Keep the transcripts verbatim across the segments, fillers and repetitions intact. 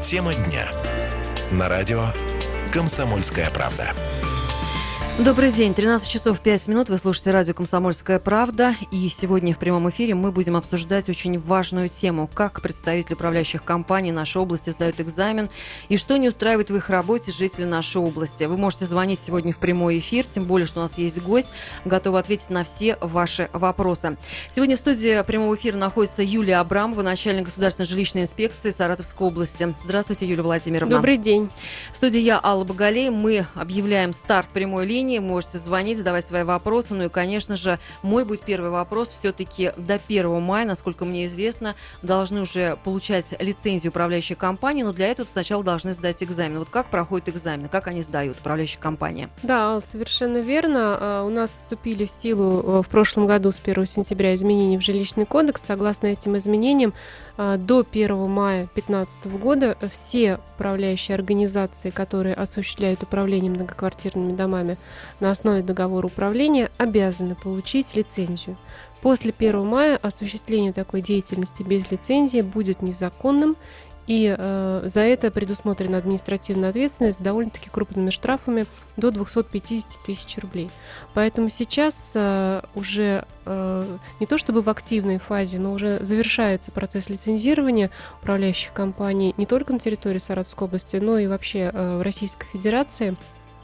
Тема дня. На радио «Комсомольская правда». Добрый день, тринадцать часов пять минут, вы слушаете радио «Комсомольская правда», и сегодня в прямом эфире мы будем обсуждать очень важную тему, как представители управляющих компаний нашей области сдают экзамен и что не устраивает в их работе жителей нашей области. Вы можете звонить сегодня в прямой эфир, тем более, что у нас есть гость, готова ответить на все ваши вопросы. Сегодня в студии прямого эфира находится Юлия Абрамова, начальник государственной жилищной инспекции Саратовской области. Здравствуйте, Юлия Владимировна. Добрый день. В студии я, Алла Багалей. Мы объявляем старт прямой линии. Можете звонить, задавать свои вопросы. Ну и, конечно же, мой будет первый вопрос. Все-таки до первого мая, насколько мне известно, должны уже получать лицензию управляющей компании, но для этого сначала должны сдать экзамен. Вот как проходит экзамен, как они сдают, управляющие компании? Да, совершенно верно. У нас вступили в силу в прошлом году с первого сентября изменения в жилищный кодекс. Согласно этим изменениям, до первого мая две тысячи пятнадцатого года все управляющие организации, которые осуществляют управление многоквартирными домами на основе договора управления, обязаны получить лицензию. После первого мая осуществление такой деятельности без лицензии будет незаконным, и э, за это предусмотрена административная ответственность с довольно-таки крупными штрафами до двухсот пятидесяти тысяч рублей. Поэтому сейчас э, уже э, не то чтобы в активной фазе, но уже завершается процесс лицензирования управляющих компаний не только на территории Саратовской области, но и вообще э, в Российской Федерации.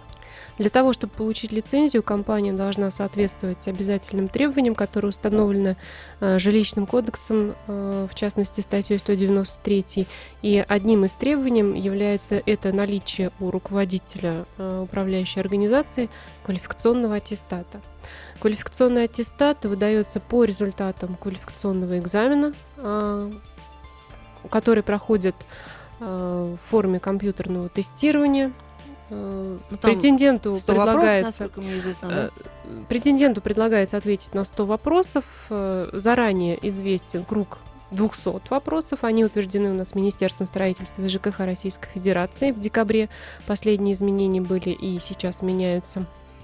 Для того, чтобы получить лицензию, компания должна соответствовать обязательным требованиям, которые установлены э, жилищным кодексом, э, в частности, статьей сто девяносто три. И одним из требований является это наличие у руководителя э, управляющей организации квалификационного аттестата. Квалификационный аттестат выдается по результатам квалификационного экзамена, э, который проходит э, в форме компьютерного тестирования. Ну, претенденту предлагается, вопросов, мне известно, да? претенденту предлагается ответить на сто вопросов. Заранее известен круг двухсот вопросов. Они утверждены у нас Министерством строительства и ЖКХ Российской Федерации. В декабре последние изменения были и сейчас меняются.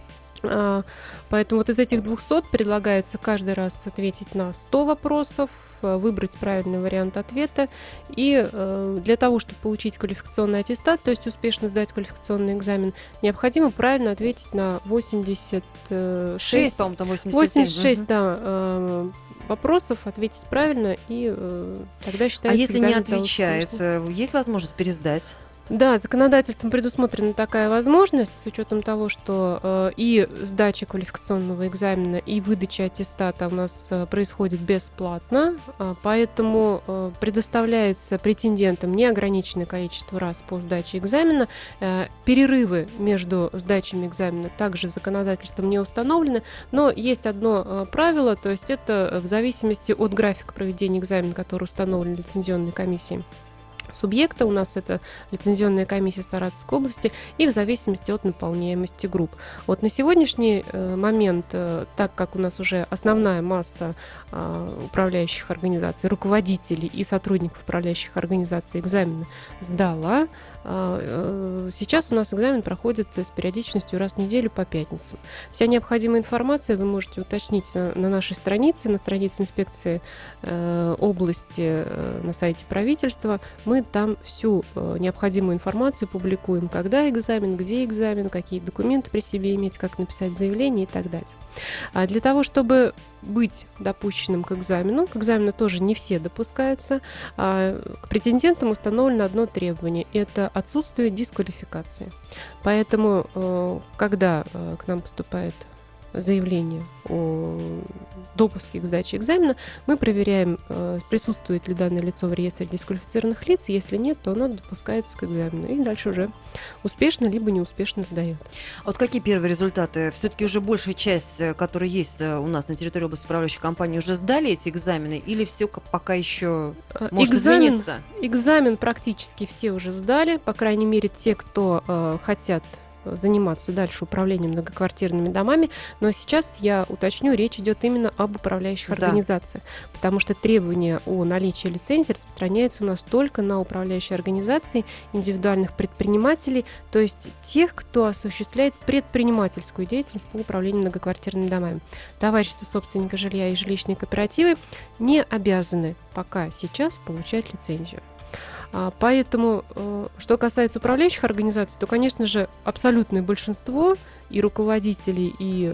Поэтому вот из этих двухсот предлагается каждый раз ответить на сто вопросов, выбрать правильный вариант ответа. И для того, чтобы получить квалификационный аттестат, то есть успешно сдать квалификационный экзамен, необходимо правильно ответить на восемьдесят шесть, по-моему, там восемьдесят семь. восемьдесят шесть, угу. да, вопросов, ответить правильно, и тогда считается. А если не отвечает, есть возможность пересдать? Да, законодательством предусмотрена такая возможность, с учетом того, что э, и сдача квалификационного экзамена, и выдача аттестата у нас э, происходит бесплатно, э, поэтому э, предоставляется претендентам неограниченное количество раз по сдаче экзамена. Э, перерывы между сдачами экзамена также законодательством не установлены, но есть одно э, правило, то есть это в зависимости от графика проведения экзамена, который установлен лицензионной комиссией субъекта, у нас это лицензионная комиссия Саратовской области, и в зависимости от наполняемости групп. Вот на сегодняшний э, момент, э, так как у нас уже основная масса э, управляющих организаций, руководителей и сотрудников управляющих организаций экзамены сдала, сейчас у нас экзамен проходит с периодичностью раз в неделю по пятницам. Вся необходимая информация вы можете уточнить на, на нашей странице, на странице инспекции э, области э, на сайте правительства. Мы там всю э, необходимую информацию публикуем, когда экзамен, где экзамен, какие документы при себе иметь, как написать заявление и так далее. А для того, чтобы быть допущенным к экзамену, к экзамену тоже не все допускаются, а к претендентам установлено одно требование – это отсутствие дисквалификации. Поэтому, когда к нам поступает заявление о допуске к сдаче экзамена, мы проверяем, присутствует ли данное лицо в реестре дисквалифицированных лиц. Если нет, то оно допускается к экзамену. И дальше уже успешно либо неуспешно сдает. А вот какие первые результаты? Все-таки уже большая часть, которая есть у нас на территории области управляющей компании, уже сдали эти экзамены? Или все пока еще может экзамен, измениться? Экзамен практически все уже сдали. По крайней мере, те, кто э, хотят заниматься дальше управлением многоквартирными домами, но сейчас я уточню, речь идет именно об управляющих да. организациях, потому что требования о наличии лицензии распространяются у нас только на управляющие организации индивидуальных предпринимателей, то есть тех, кто осуществляет предпринимательскую деятельность по управлению многоквартирными домами. Товарищества собственника жилья и жилищные кооперативы не обязаны пока сейчас получать лицензию. Поэтому, что касается управляющих организаций, то, конечно же, абсолютное большинство и руководителей, и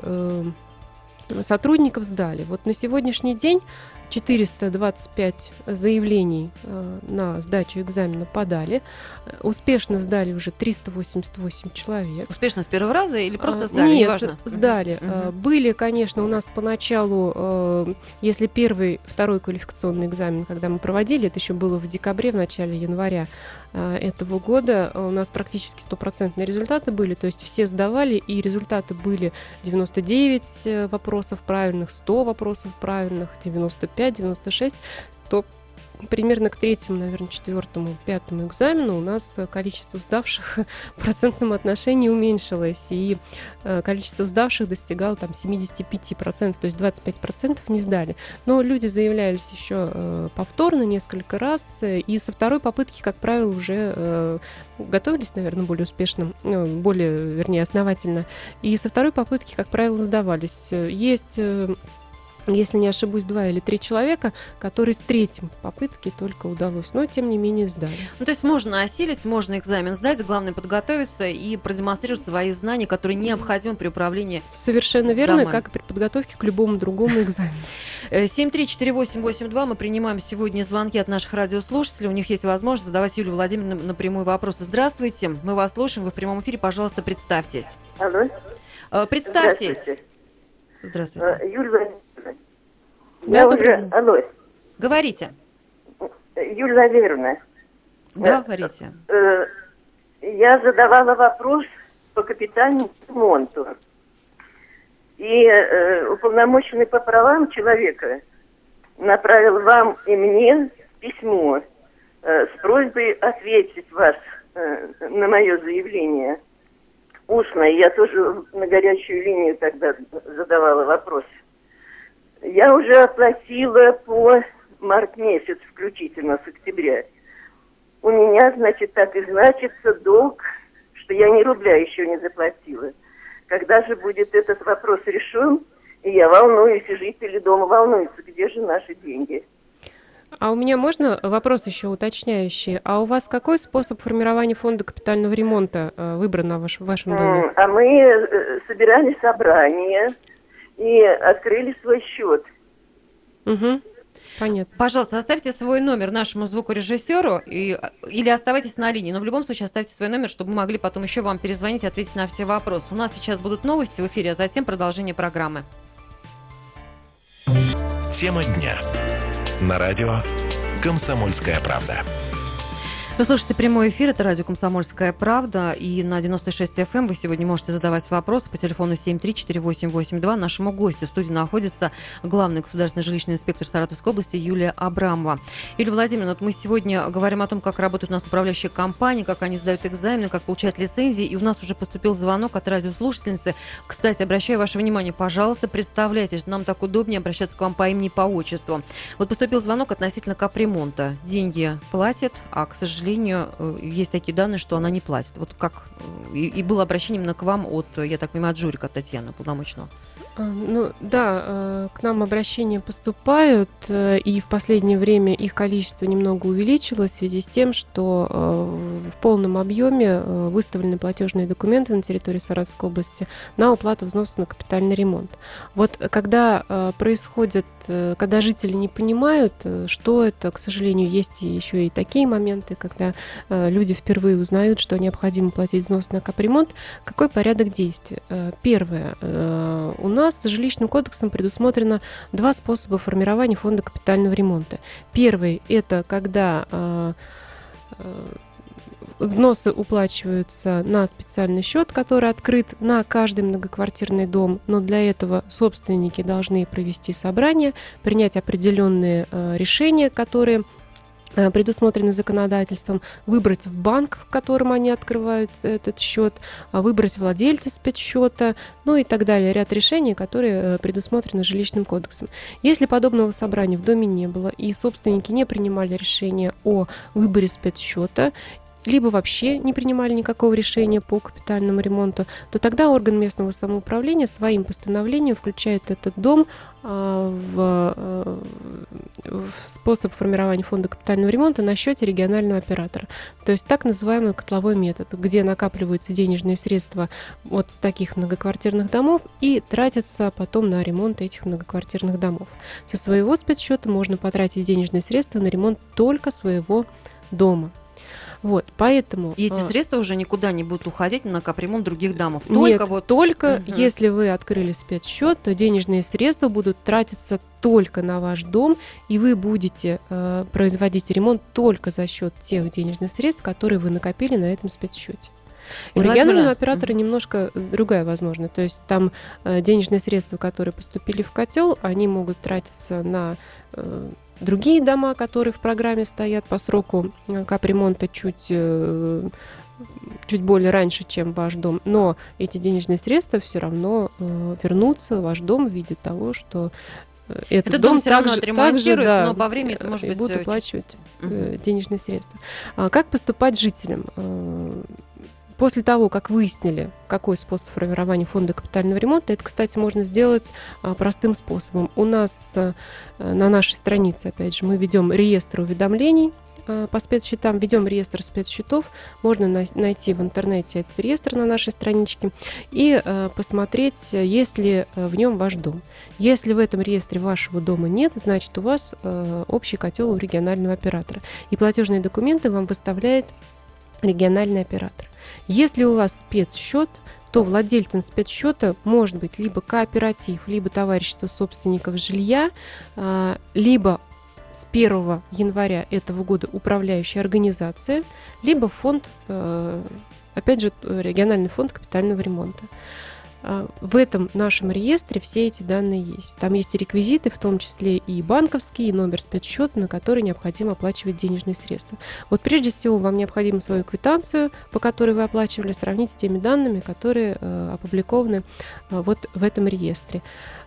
сотрудников сдали. Вот на сегодняшний день четыреста двадцать пять заявлений э, на сдачу экзамена подали. Успешно сдали уже триста восемьдесят восемь человек. Успешно с первого раза или просто сдали? Нет, неважно. сдали. Угу. Были, конечно, у нас поначалу, э, если первый, второй квалификационный экзамен, когда мы проводили, это еще было в декабре, в начале января э, этого года, у нас практически стопроцентные результаты были, то есть все сдавали, и результаты были девяносто девять вопросов правильных, сто вопросов правильных, девяносто пять, девяносто шесть, то примерно к третьему, наверное, четвертому, пятому экзамену у нас количество сдавших в процентном отношении уменьшилось, и количество сдавших достигало там семьдесят пять процентов, то есть двадцать пять процентов не сдали. Но люди заявлялись еще повторно несколько раз, и со второй попытки, как правило, уже готовились, наверное, более успешно, более, вернее, основательно, и со второй попытки, как правило, сдавались. Есть, если не ошибусь, два или три человека, которые с третьей попытки только удалось, но тем не менее сдали. Ну, то есть можно осилить, можно экзамен сдать, главное подготовиться и продемонстрировать свои знания, которые необходимы при управлении. Совершенно верно, домами. Как и при подготовке к любому другому экзамену. семь три четыре восемь восемь два. Мы принимаем сегодня звонки от наших радиослушателей. У них есть возможность задавать Юлии Владимировне напрямую вопросы. Здравствуйте, мы вас слушаем, вы в прямом эфире, пожалуйста, представьтесь. Алло. Представьтесь. Здравствуйте. Здравствуйте. Юлия Владимировна. Да, Я добрый уже... день. Алло. Говорите. Юлия Владимировна. Говорите. Э, я задавала вопрос по капитальному ремонту. И э, уполномоченный по правам человека направил вам и мне письмо э, с просьбой ответить вас э, на мое заявление устно. Я тоже на горячую линию тогда задавала вопрос. Я уже оплатила по март месяц включительно с октября. У меня, значит, так и значится долг, что я ни рубля еще не заплатила. Когда же будет этот вопрос решен, и я волнуюсь, и жители дома волнуются, где же наши деньги? А у меня можно вопрос еще уточняющий? А у вас какой способ формирования фонда капитального ремонта выбран в вашем доме? А мы собирали собрание и открыли свой счет. Угу. Понятно. Пожалуйста, оставьте свой номер нашему звукорежиссеру и, или оставайтесь на линии. Но в любом случае оставьте свой номер, чтобы мы могли потом еще вам перезвонить и ответить на все вопросы. У нас сейчас будут новости в эфире, а затем продолжение программы. Тема дня. На радио «Комсомольская правда». Вы слушаете прямой эфир, это радио «Комсомольская правда», и на девяносто шесть эф эм вы сегодня можете задавать вопросы по телефону семь три четыре восемь восемь два. Нашему гостю в студии находится главный государственный жилищный инспектор Саратовской области Юлия Абрамова. Юлия Владимировна, вот мы сегодня говорим о том, как работают у нас управляющие компании, как они сдают экзамены, как получают лицензии, и у нас уже поступил звонок от радиослушательницы. Кстати, обращаю ваше внимание, пожалуйста, представляйте, нам так удобнее обращаться к вам по имени и по отчеству. Вот поступил звонок относительно капремонта. Деньги платят, а, к сожалению, К сожалению, есть такие данные, что она не платит. Вот как и, и было обращение именно к вам от, я так понимаю, от Журика Татьяны, полномочного. Ну да, к нам обращения поступают, и в последнее время их количество немного увеличилось в связи с тем, что в полном объеме выставлены платежные документы на территории Саратовской области на уплату взносов на капитальный ремонт. Вот когда происходит, когда жители не понимают, что это, к сожалению, есть еще и такие моменты, когда люди впервые узнают, что необходимо платить взнос на капремонт, какой порядок действий? Первое, у нас У нас жилищным кодексом предусмотрено два способа формирования фонда капитального ремонта. Первый – это когда э, э, взносы уплачиваются на специальный счет, который открыт на каждый многоквартирный дом, но для этого собственники должны провести собрание, принять определенные э, решения, которые предусмотрены законодательством, выбрать в банк, в котором они открывают этот счет, выбрать владельца спецсчета, ну и так далее. Ряд решений, которые предусмотрены жилищным кодексом. Если подобного собрания в доме не было и собственники не принимали решение о выборе спецсчета, либо вообще не принимали никакого решения по капитальному ремонту, то тогда орган местного самоуправления своим постановлением включает этот дом а, в, а, в способ формирования фонда капитального ремонта на счете регионального оператора. То есть так называемый котловой метод, где накапливаются денежные средства от таких многоквартирных домов и тратятся потом на ремонт этих многоквартирных домов. Со своего спецсчета можно потратить денежные средства на ремонт только своего дома. Вот, поэтому... И эти средства уже никуда не будут уходить на капремонт других домов? Только Нет, вот... только угу. если вы открыли спецсчет, то денежные средства будут тратиться только на ваш дом, и вы будете э, производить ремонт только за счет тех денежных средств, которые вы накопили на этом спецсчете. У регионального оператора mm-hmm. немножко другая возможность. То есть там э, денежные средства, которые поступили в котел, они могут тратиться на э, другие дома, которые в программе стоят по сроку капремонта чуть, э, чуть более раньше, чем ваш дом. Но эти денежные средства все равно э, вернутся в ваш дом в виде того, что этот, этот дом, дом все равно также, отремонтируют, также, да, но по времени это может быть будут чуть... уплачивать uh-huh. денежные средства. А как поступать жителям? После того, как выяснили, какой способ формирования фонда капитального ремонта, это, кстати, можно сделать а, простым способом. У нас а, на нашей странице, опять же, мы ведем реестр уведомлений а, по спецсчетам, ведем реестр спецсчетов. Можно на- найти в интернете этот реестр на нашей страничке и а, посмотреть, есть ли а, в нем ваш дом. Если в этом реестре вашего дома нет, значит, у вас а, общий котел у регионального оператора. И платежные документы вам выставляет региональный оператор. Если у вас спецсчет, то владельцем спецсчета может быть либо кооператив, либо товарищество собственников жилья, либо с первого января этого года управляющая организация, либо фонд, опять же, региональный фонд капитального ремонта. В этом нашем реестре все эти данные есть. Там есть и реквизиты, в том числе и банковские, и номер спецсчета, на который необходимо оплачивать денежные средства. Вот прежде всего вам необходимо свою квитанцию, по которой вы оплачивали, сравнить с теми данными, которые э, опубликованы э, вот в этом реестре.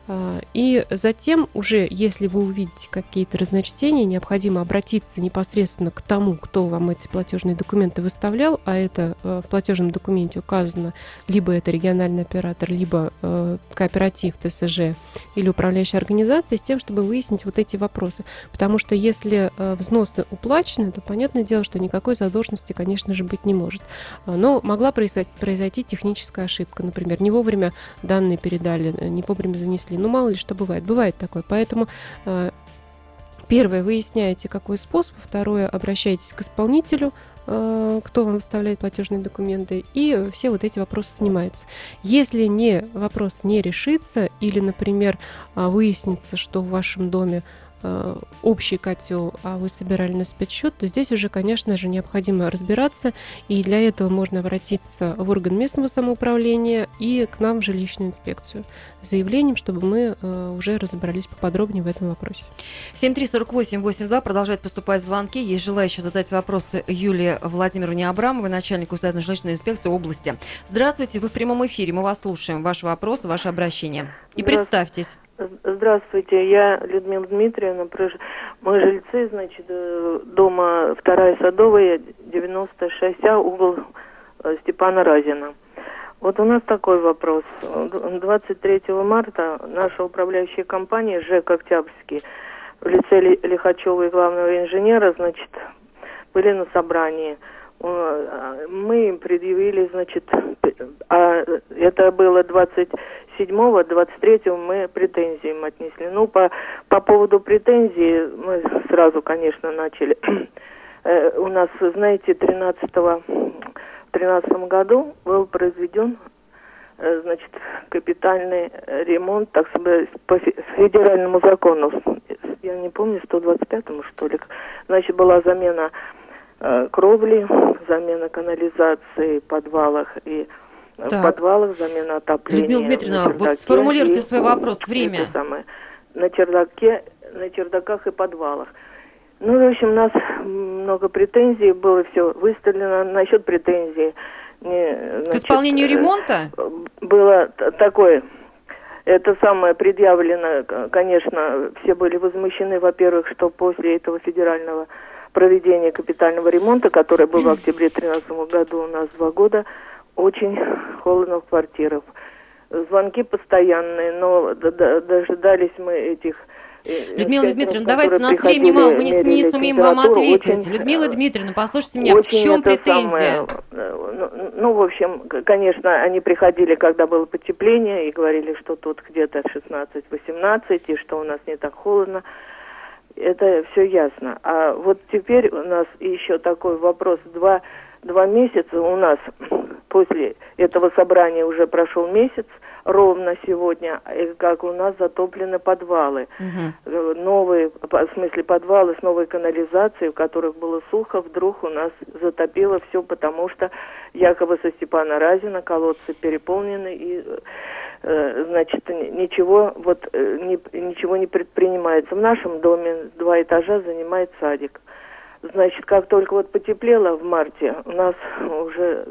И затем уже, если вы увидите какие-то разночтения, необходимо обратиться непосредственно к тому, кто вам эти платежные документы выставлял, а это в платежном документе указано либо это региональный оператор, либо кооператив, ТСЖ или управляющая организация, с тем, чтобы выяснить вот эти вопросы. Потому что если взносы уплачены, то понятное дело, что никакой задолженности, конечно же, быть не может. Но могла произойти техническая ошибка, например, не вовремя данные передали, не вовремя занесли. Ну, мало ли что бывает. Бывает такое. Поэтому э, первое, выясняете, какой способ. Второе, обращайтесь к исполнителю, э, кто вам выставляет платежные документы. И все вот эти вопросы снимаются. Если не, вопрос не решится, или, например, выяснится, что в вашем доме общий котел, а вы собирали на спецсчет, то здесь уже, конечно же, необходимо разбираться, и для этого можно обратиться в орган местного самоуправления и к нам в жилищную инспекцию с заявлением, чтобы мы уже разобрались поподробнее в этом вопросе. семь три сорок восемь восемьдесят два, продолжают поступать звонки. Есть желающие задать вопросы Юлии Владимировне Абрамовой, начальнику государственной жилищной инспекции области. Здравствуйте, вы в прямом эфире, мы вас слушаем. Ваши вопросы, ваше обращение. И представьтесь. Здравствуйте, я Людмила Дмитриевна, мы жильцы, значит, дома вторая Садовая, девяносто шесть А, угол Степана Разина. Вот у нас такой вопрос. двадцать третьего марта наша управляющая компания ЖЭК «Октябрьский» в лице Лихачева и главного инженера, значит, были на собрании. Мы им предъявили, значит, а это было двадцать седьмого, двадцать третьего мы претензии им отнесли. Ну, по, по поводу претензий мы сразу, конечно, начали. У нас, знаете, тринадцатого, в тринадцатом году был произведен, значит, капитальный ремонт, так сказать, по федеральному закону. Я не помню, сто двадцать пятому, что ли. Значит, была замена кровли, замена канализации в подвалах и так. В подвалах замена отопления. Людмила Дмитриевна, вот сформулируйте свой вопрос. Время. Самое, на чердаке, на чердаках и подвалах. Ну, в общем, у нас много претензий было, все выставлено. Насчет претензий. Не, значит, к исполнению ремонта? Было такое. Это самое предъявлено, конечно, все были возмущены, во-первых, что после этого федерального проведения капитального ремонта, который был в октябре две тысячи тринадцатом году, у нас два года, очень холодно в квартирах. Звонки постоянные, но дожидались мы этих... Людмила Дмитриевна, давайте, у нас времени мало, мы не, не сумеем вам ответить. Очень, Людмила Дмитриевна, послушайте меня, в чем претензия? Самое, ну, ну, в общем, конечно, они приходили, когда было потепление, и говорили, что тут где-то шестнадцать-восемнадцать, и что у нас не так холодно. Это все ясно. А вот теперь у нас еще такой вопрос. Два, два месяца у нас, после этого собрания уже прошел месяц, ровно сегодня, как у нас затоплены подвалы. Угу. Новые, в смысле подвалы с новой канализацией, в которых было сухо, вдруг у нас затопило все, потому что якобы со Степана Разина колодцы переполнены, и, значит, ничего, вот, ничего не предпринимается. В нашем доме два этажа занимает садик. Значит, как только вот потеплело в марте, у нас уже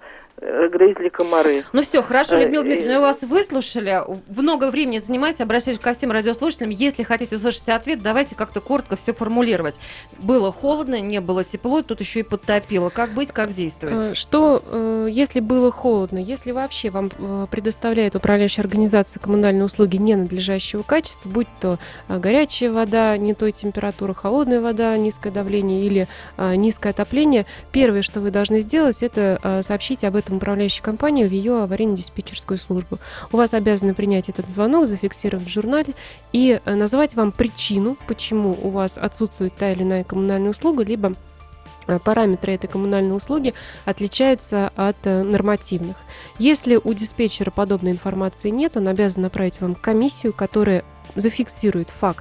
грызли комары. Ну все, хорошо, Людмила Дмитриевна, вас выслушали. Много времени занимаюсь, обращаюсь ко всем радиослушателям. Если хотите услышать ответ, давайте как-то коротко все формулировать. Было холодно, не было тепло, тут еще и подтопило. Как быть, как действовать? Что, если было холодно, если вообще вам предоставляет управляющая организация коммунальные услуги ненадлежащего качества, будь то горячая вода не той температуры, холодная вода, низкое давление или низкое отопление, первое, что вы должны сделать, это сообщить об этом управляющей компании в ее аварийно-диспетчерскую службу. У вас обязаны принять этот звонок, зафиксировать в журнале и назвать вам причину, почему у вас отсутствует та или иная коммунальная услуга, либо параметры этой коммунальной услуги отличаются от нормативных. Если у диспетчера подобной информации нет, он обязан направить вам комиссию, которая зафиксирует факт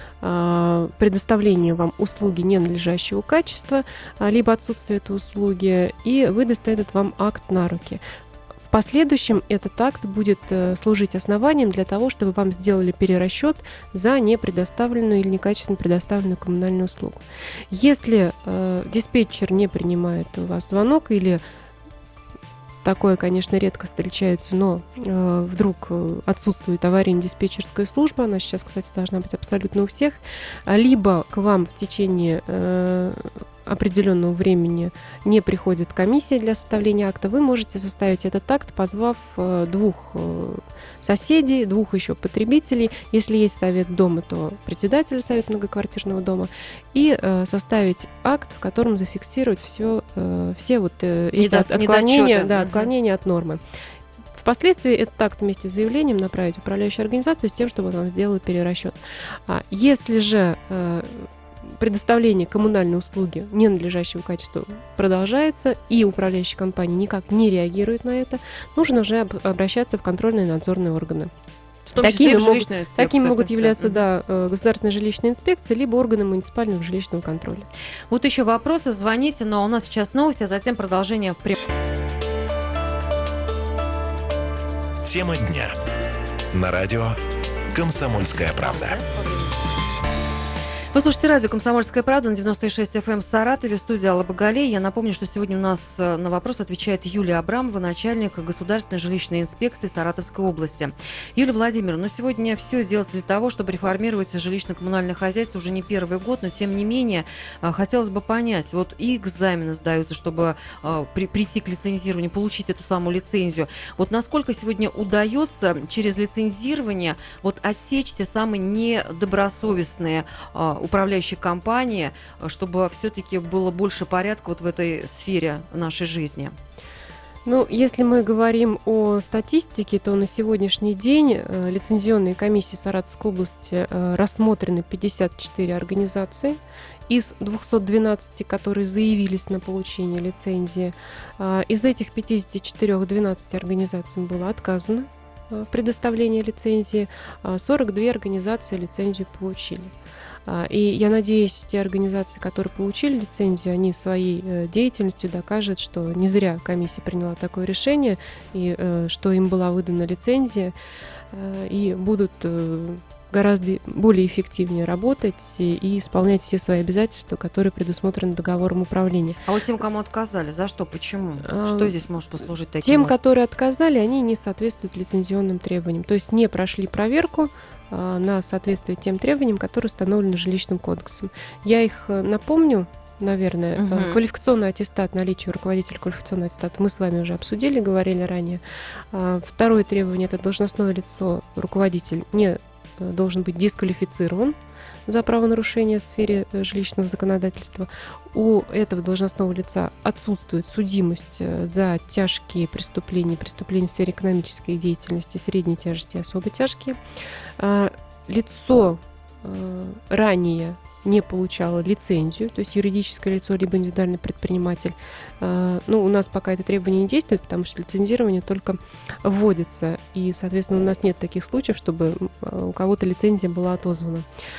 предоставления вам услуги ненадлежащего качества, либо отсутствие этой услуги, и выдаст этот вам акт на руки. В последующем этот акт будет служить основанием для того, чтобы вам сделали перерасчет за непредоставленную или некачественно предоставленную коммунальную услугу. Если э, диспетчер не принимает у вас звонок или такое, конечно, редко встречается, но э, вдруг отсутствует аварийно-диспетчерская служба, она сейчас, кстати, должна быть абсолютно у всех, либо к вам в течение э, определенного времени не приходит комиссия для составления акта, вы можете составить этот акт, позвав э, двух э, соседей, двух еще потребителей, если есть совет дома, то председатель совета многоквартирного дома, и э, составить акт, в котором зафиксировать все, э, все вот э, эти Недо... отклонения, да, отклонения от нормы. Впоследствии этот акт вместе с заявлением направить в управляющую организацию с тем, чтобы он сделал перерасчет. А если же э, предоставление коммунальной услуги ненадлежащего качества продолжается, и управляющая компания никак не реагирует на это, нужно уже обращаться в контрольные надзорные органы. Такими, могут, такими могут являться да, государственная жилищная инспекция, либо органы муниципального жилищного контроля. Вот еще вопросы, звоните, но у нас сейчас новости, а затем продолжение. Тема дня. На радио «Комсомольская правда». Вы слушаете радио «Комсомольская правда» на девяносто шесть эф эм в Саратове, в студии Алла Багалей. Я напомню, что сегодня у нас на вопрос отвечает Юлия Абрамова, начальник Государственной жилищной инспекции Саратовской области. Юлия Владимировна, ну сегодня все делается для того, чтобы реформировать жилищно-коммунальное хозяйство уже не первый год, но тем не менее хотелось бы понять, вот и экзамены сдаются, чтобы при, прийти к лицензированию, получить эту самую лицензию. Вот насколько сегодня удается через лицензирование вот отсечь те самые недобросовестные управляющей компании, чтобы все-таки было больше порядка вот в этой сфере нашей жизни? Ну, если мы говорим о статистике, то на сегодняшний день э, лицензионные комиссии Саратовской области э, рассмотрены пятьдесят четыре организации. Из двухсот двенадцати, которые заявились на получение лицензии, э, из этих пятидесяти четырёх двенадцати организациям было отказано в предоставлении лицензии, а сорок две организации лицензию получили. И я надеюсь, те организации, которые получили лицензию, они своей деятельностью докажут, что не зря комиссия приняла такое решение, и что им была выдана лицензия, и будут гораздо более эффективнее работать и исполнять все свои обязательства, которые предусмотрены договором управления. А вот тем, кому отказали, за что, почему? А, что здесь может послужить таким? Тем, вот? которые отказали, они не соответствуют лицензионным требованиям, то есть не прошли проверку а, на соответствие тем требованиям, которые установлены жилищным кодексом. Я их напомню, наверное. Мгм. Квалификационный аттестат, наличие руководителя квалификационного аттестата мы с вами уже обсудили, говорили ранее. А, Второе требование – это должностное лицо, руководитель, не э, должен быть дисквалифицирован за правонарушение в сфере э, жилищного законодательства. У этого должностного лица отсутствует судимость э, за тяжкие преступления, преступления в сфере экономической деятельности, средней тяжести и особо тяжкие. А, Лицо э, ранее не получало лицензию, то есть юридическое лицо либо индивидуальный предприниматель. А, Ну, у нас пока это требование не действует, потому что лицензирование только вводится, и, соответственно, у нас нет таких случаев, чтобы м, у кого-то лицензия была отозвана.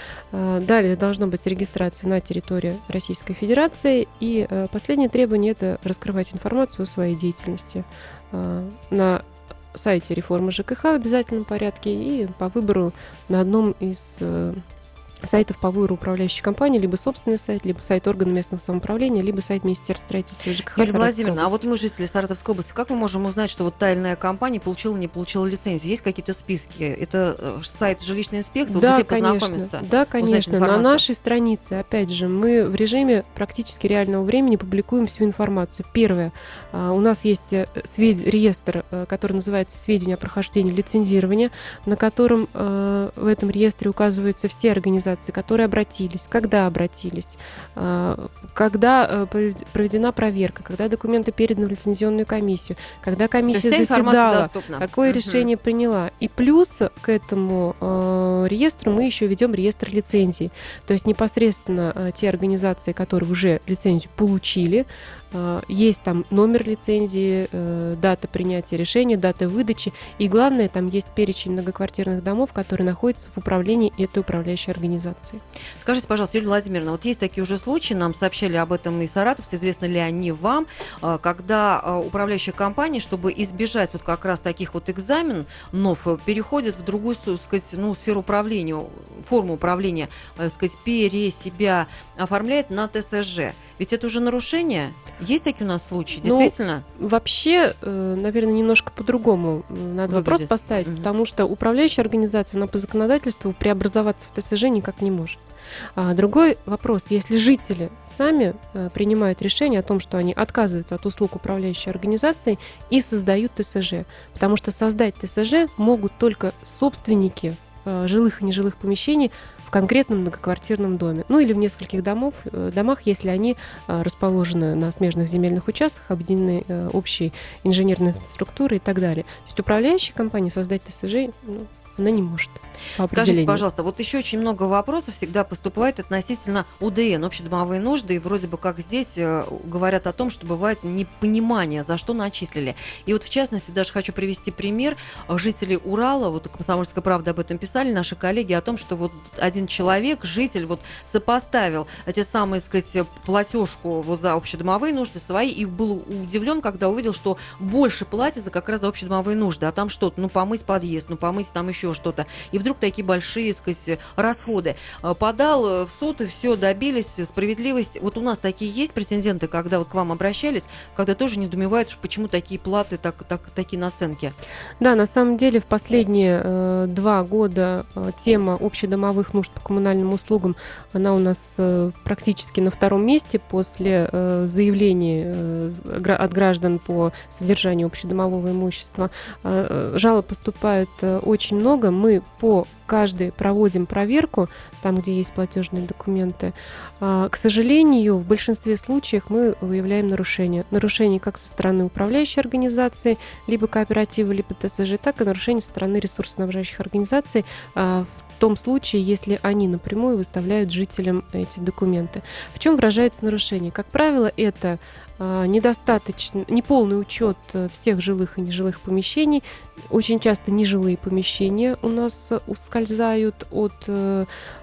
А, Далее должна быть регистрация на территории Российской Федерации. И э, последнее требование – это раскрывать информацию о своей деятельности а, на сайте реформы ЖКХ в обязательном порядке и по выбору на одном из э, сайтов по выбору управляющей компании, либо собственный сайт, либо сайт органа местного самоуправления, либо сайт Министерства строительства и ЖКХ. Юлия Саратовской Владимировна, а области. вот мы жители Саратовской области, как мы можем узнать, что вот та или иная компания получила, не получила лицензию? Есть какие-то списки? Это э, сайт жилищной инспекции, вот Да, где конечно, познакомиться? да, конечно. На информацию? нашей странице, опять же, мы в режиме практически реального времени публикуем всю информацию. Первое, а, у нас есть э, свед- реестр, э, который называется «Сведения о прохождении лицензирования», на котором э, в этом реестре указываются все организации, которые обратились, когда обратились, а, когда э, провед- проведена проверка, когда документы переданы в лицензионную комиссию, когда То есть комиссия вся информация заседала, доступна. какое Мгм. решение приняла. И плюс к этому э, реестру мы еще ведем реестр лицензий. То есть непосредственно э, те организации, которые уже лицензию получили, э, есть там номер лицензии, э, дата принятия решения, дата выдачи. И главное, там есть перечень многоквартирных домов, которые находятся в управлении этой управляющей организации. Скажите, пожалуйста, Юлия Владимировна, вот есть такие уже случаи, нам сообщали об этом и саратовцы, известны ли они вам, э, когда э, управляющая компания, чтобы избежать вот как раз таких вот экзаменов, переходит в другую, так сказать, ну, сферу управления, форму управления, так сказать, пере себя оформляет на ТСЖ. Ведь это уже нарушение? Есть такие у нас случаи? Ну, Действительно? Вообще, э, наверное, немножко по-другому э, надо вопрос Выглядит. поставить, Мгм. потому что управляющая организация, она по законодательству преобразоваться в ТСЖ никак не может. А другой вопрос, если жители сами э, принимают решение о том, что они отказываются от услуг управляющей организации и создают ТСЖ, потому что создать ТСЖ могут только собственники э, жилых и нежилых помещений в конкретном многоквартирном доме, ну или в нескольких домов, э, домах, если они э, расположены на смежных земельных участках, объединены э, общей инженерной структурой и так далее. То есть управляющая компания создать ТСЖ, ну, она не может. По Скажите, определению. пожалуйста, вот еще очень много вопросов всегда поступает относительно УДН, общедомовые нужды, и вроде бы как здесь э, говорят о том, что бывает непонимание, за что начислили. И вот в частности даже хочу привести пример. Жители Урала, вот «Комсомольская правда» об этом писали, наши коллеги, о том, что вот один человек, житель, вот сопоставил те самые, так сказать, платежку вот за общедомовые нужды свои, и был удивлен, когда увидел, что больше платится как раз за общедомовые нужды, а там что-то, ну помыть подъезд, ну помыть там еще что-то. И вдруг такие большие, так сказать, расходы. Подал в суд, и все, добились справедливости. Вот у нас такие есть претенденты, когда вот к вам обращались, когда тоже недоумевают, почему такие платы, так, так, такие наценки. Да, на самом деле в последние э, два года э, тема общедомовых нужд по коммунальным услугам, она у нас э, практически на втором месте после э, заявлений э, гра- от граждан по содержанию общедомового имущества. Э, э, жалоб поступает э, очень много. Мы по каждой проводим проверку, там, где есть платежные документы. А, К сожалению, в большинстве случаев мы выявляем нарушения. Нарушения как со стороны управляющей организации, либо кооператива, либо ТСЖ, так и нарушения со стороны ресурсоснабжающих организаций, а, в том случае, если они напрямую выставляют жителям эти документы. В чем выражаются нарушения? Как правило, это а, недостаточно, неполный учет всех жилых и нежилых помещений. Очень часто нежилые помещения у нас ускользают от э,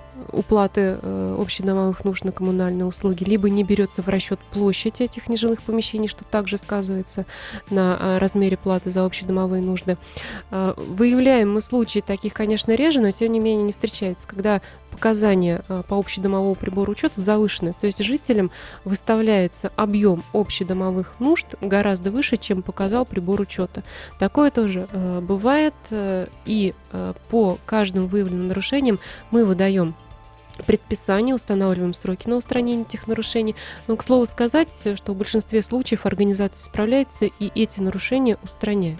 уплаты э, общедомовых нужд на коммунальные услуги, либо не берется в расчет площадь этих нежилых помещений, что также сказывается на э, размере платы за общедомовые нужды. Э, выявляем мы случаи таких, конечно, реже, но тем не менее не встречаются, когда показания э, по общедомовому прибору учета завышены. То есть жителям выставляется объем общедомовых нужд гораздо выше, чем показал прибор учета. Такое тоже э, бывает, э, и э, по каждым выявленным нарушениям мы выдаем предписание, устанавливаем сроки на устранение этих нарушений. Но, к слову сказать, что в большинстве случаев организации справляются и эти нарушения устраняют.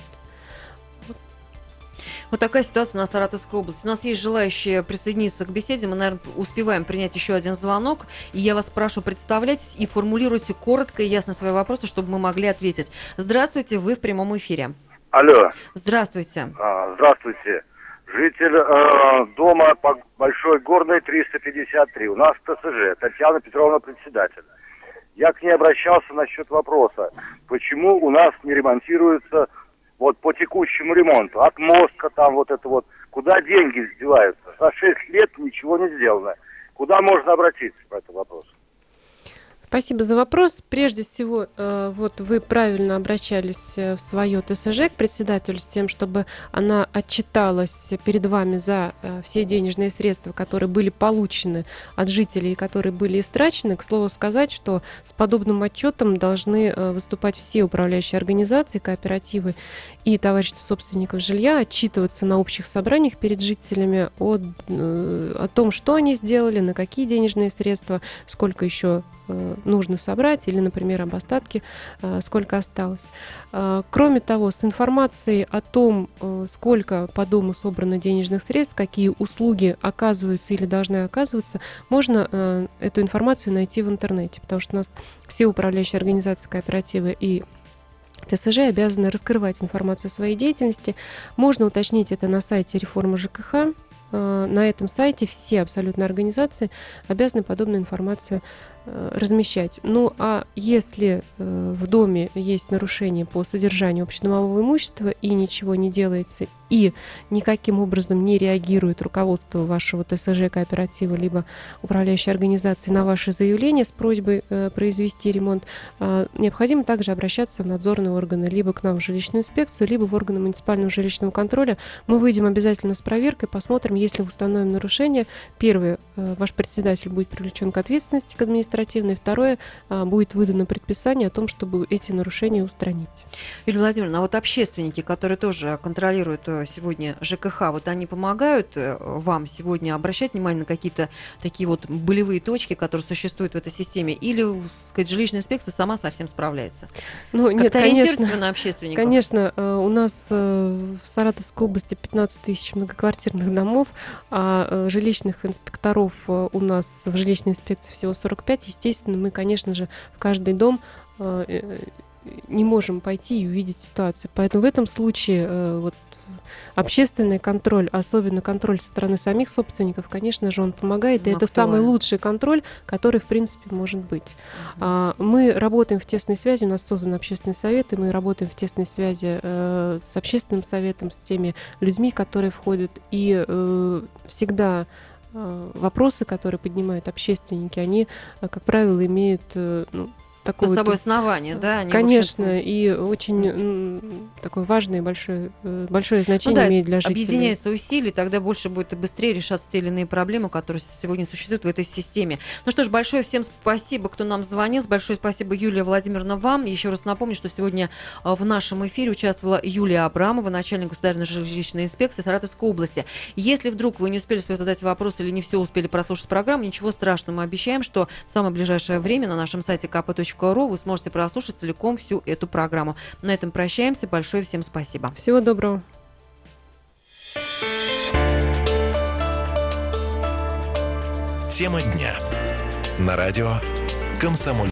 Вот такая ситуация на Саратовской области. У нас есть желающие присоединиться к беседе. Мы, наверное, успеваем принять еще один звонок. И я вас прошу, представляйтесь и формулируйте коротко и ясно свои вопросы, чтобы мы могли ответить. Здравствуйте, вы в прямом эфире. Алло. Здравствуйте. А, здравствуйте. Житель э, дома по Большой Горной триста пятьдесят три. У нас ТСЖ. Татьяна Петровна, председатель. Я к ней обращался насчет вопроса, почему у нас не ремонтируется вот по текущему ремонту. Отмостка там вот это вот. Куда деньги деваются? За шесть лет ничего не сделано. Куда можно обратиться по этому вопросу? Спасибо за вопрос. Прежде всего, вот вы правильно обращались в свое ТСЖ к председателю с тем, чтобы она отчиталась перед вами за все денежные средства, которые были получены от жителей и которые были истрачены. К слову сказать, что с подобным отчетом должны выступать все управляющие организации, кооперативы и товарищества собственников жилья, отчитываться на общих собраниях перед жителями о, о том, что они сделали, на какие денежные средства, сколько еще нужно собрать, или, например, об остатке, сколько осталось. Кроме того, с информацией о том, сколько по дому собрано денежных средств, какие услуги оказываются или должны оказываться, можно эту информацию найти в интернете, потому что у нас все управляющие организации, кооперативы и ТСЖ обязаны раскрывать информацию о своей деятельности. Можно уточнить это на сайте реформы ЖКХ. На этом сайте все абсолютно организации обязаны подобную информацию размещать. Ну, а если э, в доме есть нарушение по содержанию общедомового имущества и ничего не делается, и никаким образом не реагирует руководство вашего ТСЖ, кооператива, либо управляющей организации на ваше заявление с просьбой э, произвести ремонт, э, необходимо также обращаться в надзорные органы, либо к нам в жилищную инспекцию, либо в органы муниципального жилищного контроля. Мы выйдем обязательно с проверкой, посмотрим, если установим нарушение. Первое, э, ваш председатель будет привлечен к ответственности, к администрации. Второе, будет выдано предписание о том, чтобы эти нарушения устранить. Юлия Владимировна, а вот общественники, которые тоже контролируют сегодня ЖКХ, вот они помогают вам сегодня обращать внимание на какие-то такие вот болевые точки, которые существуют в этой системе, или, сказать, жилищная инспекция сама совсем справляется? Ну, нет, конечно, на общественников? Конечно, у нас в Саратовской области пятнадцать тысяч многоквартирных домов, а жилищных инспекторов у нас в жилищной инспекции всего сорок пять. Естественно, мы, конечно же, в каждый дом э, не можем пойти и увидеть ситуацию. Поэтому в этом случае э, вот, общественный контроль, особенно контроль со стороны самих собственников, конечно же, он помогает. И это самый лучший контроль, который, в принципе, может быть. Uh-huh. А, мы работаем в тесной связи, у нас создан общественный совет, и мы работаем в тесной связи э, с общественным советом, с теми людьми, которые входят. И э, всегда вопросы, которые поднимают общественники, они, как правило, имеют ну, такое... Под собой основание, да? Они, конечно, и очень mm. такое важное и большое, большое значение ну, да, имеет для жителей. Объединяются усилия, тогда больше будет и быстрее решаться те или иные проблемы, которые сегодня существуют в этой системе. Ну что ж, большое всем спасибо, кто нам звонил. Большое спасибо, Юлия Владимировна, вам. Еще раз напомню, что сегодня в нашем эфире участвовала Юлия Абрамова, начальник государственной жилищной инспекции Саратовской области. Если вдруг вы не успели свой задать вопрос или не все успели прослушать программу, ничего страшного. Мы обещаем, что в самое ближайшее время на нашем сайте ка пэ точка ру вы сможете прослушать целиком всю эту программу. На этом прощаемся. Большое всем спасибо. Всего доброго. Тема дня. На радио «Комсомольская».